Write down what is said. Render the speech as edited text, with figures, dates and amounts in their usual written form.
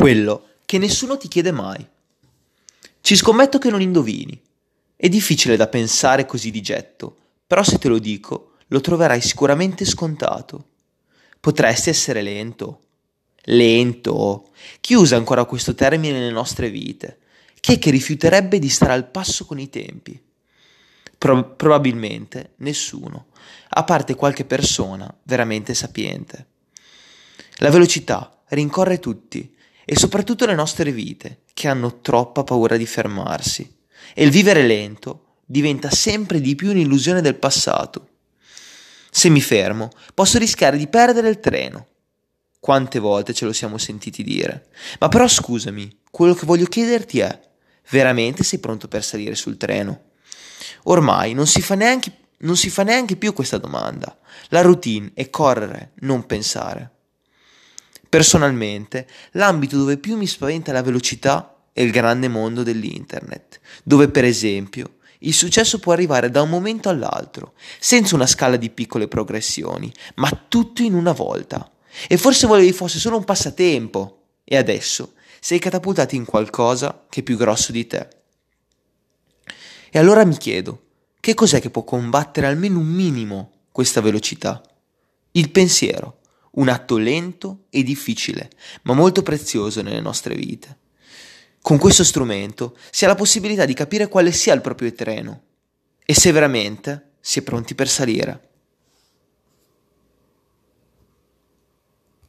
Quello che nessuno ti chiede mai. Ci scommetto che non indovini. È difficile da pensare così di getto, però se te lo dico, lo troverai sicuramente scontato. Potresti essere lento. Lento? Chi usa ancora questo termine nelle nostre vite? Chi è che rifiuterebbe di stare al passo con i tempi? Probabilmente nessuno, a parte qualche persona veramente sapiente. La velocità rincorre tutti, e soprattutto le nostre vite, che hanno troppa paura di fermarsi. E il vivere lento diventa sempre di più un'illusione del passato. Se mi fermo, posso rischiare di perdere il treno. Quante volte ce lo siamo sentiti dire. Ma però scusami, quello che voglio chiederti è: veramente sei pronto per salire sul treno? Ormai non si fa neanche più questa domanda. La routine è correre, non pensare. Personalmente, l'ambito dove più mi spaventa la velocità è il grande mondo dell'internet, dove per esempio il successo può arrivare da un momento all'altro, senza una scala di piccole progressioni, ma tutto in una volta. E forse volevi fosse solo un passatempo, e adesso sei catapultato in qualcosa che è più grosso di te. E allora mi chiedo, che cos'è che può combattere almeno un minimo questa velocità? Il pensiero, un atto lento e difficile, ma molto prezioso nelle nostre vite. Con questo strumento si ha la possibilità di capire quale sia il proprio treno e se veramente si è pronti per salire.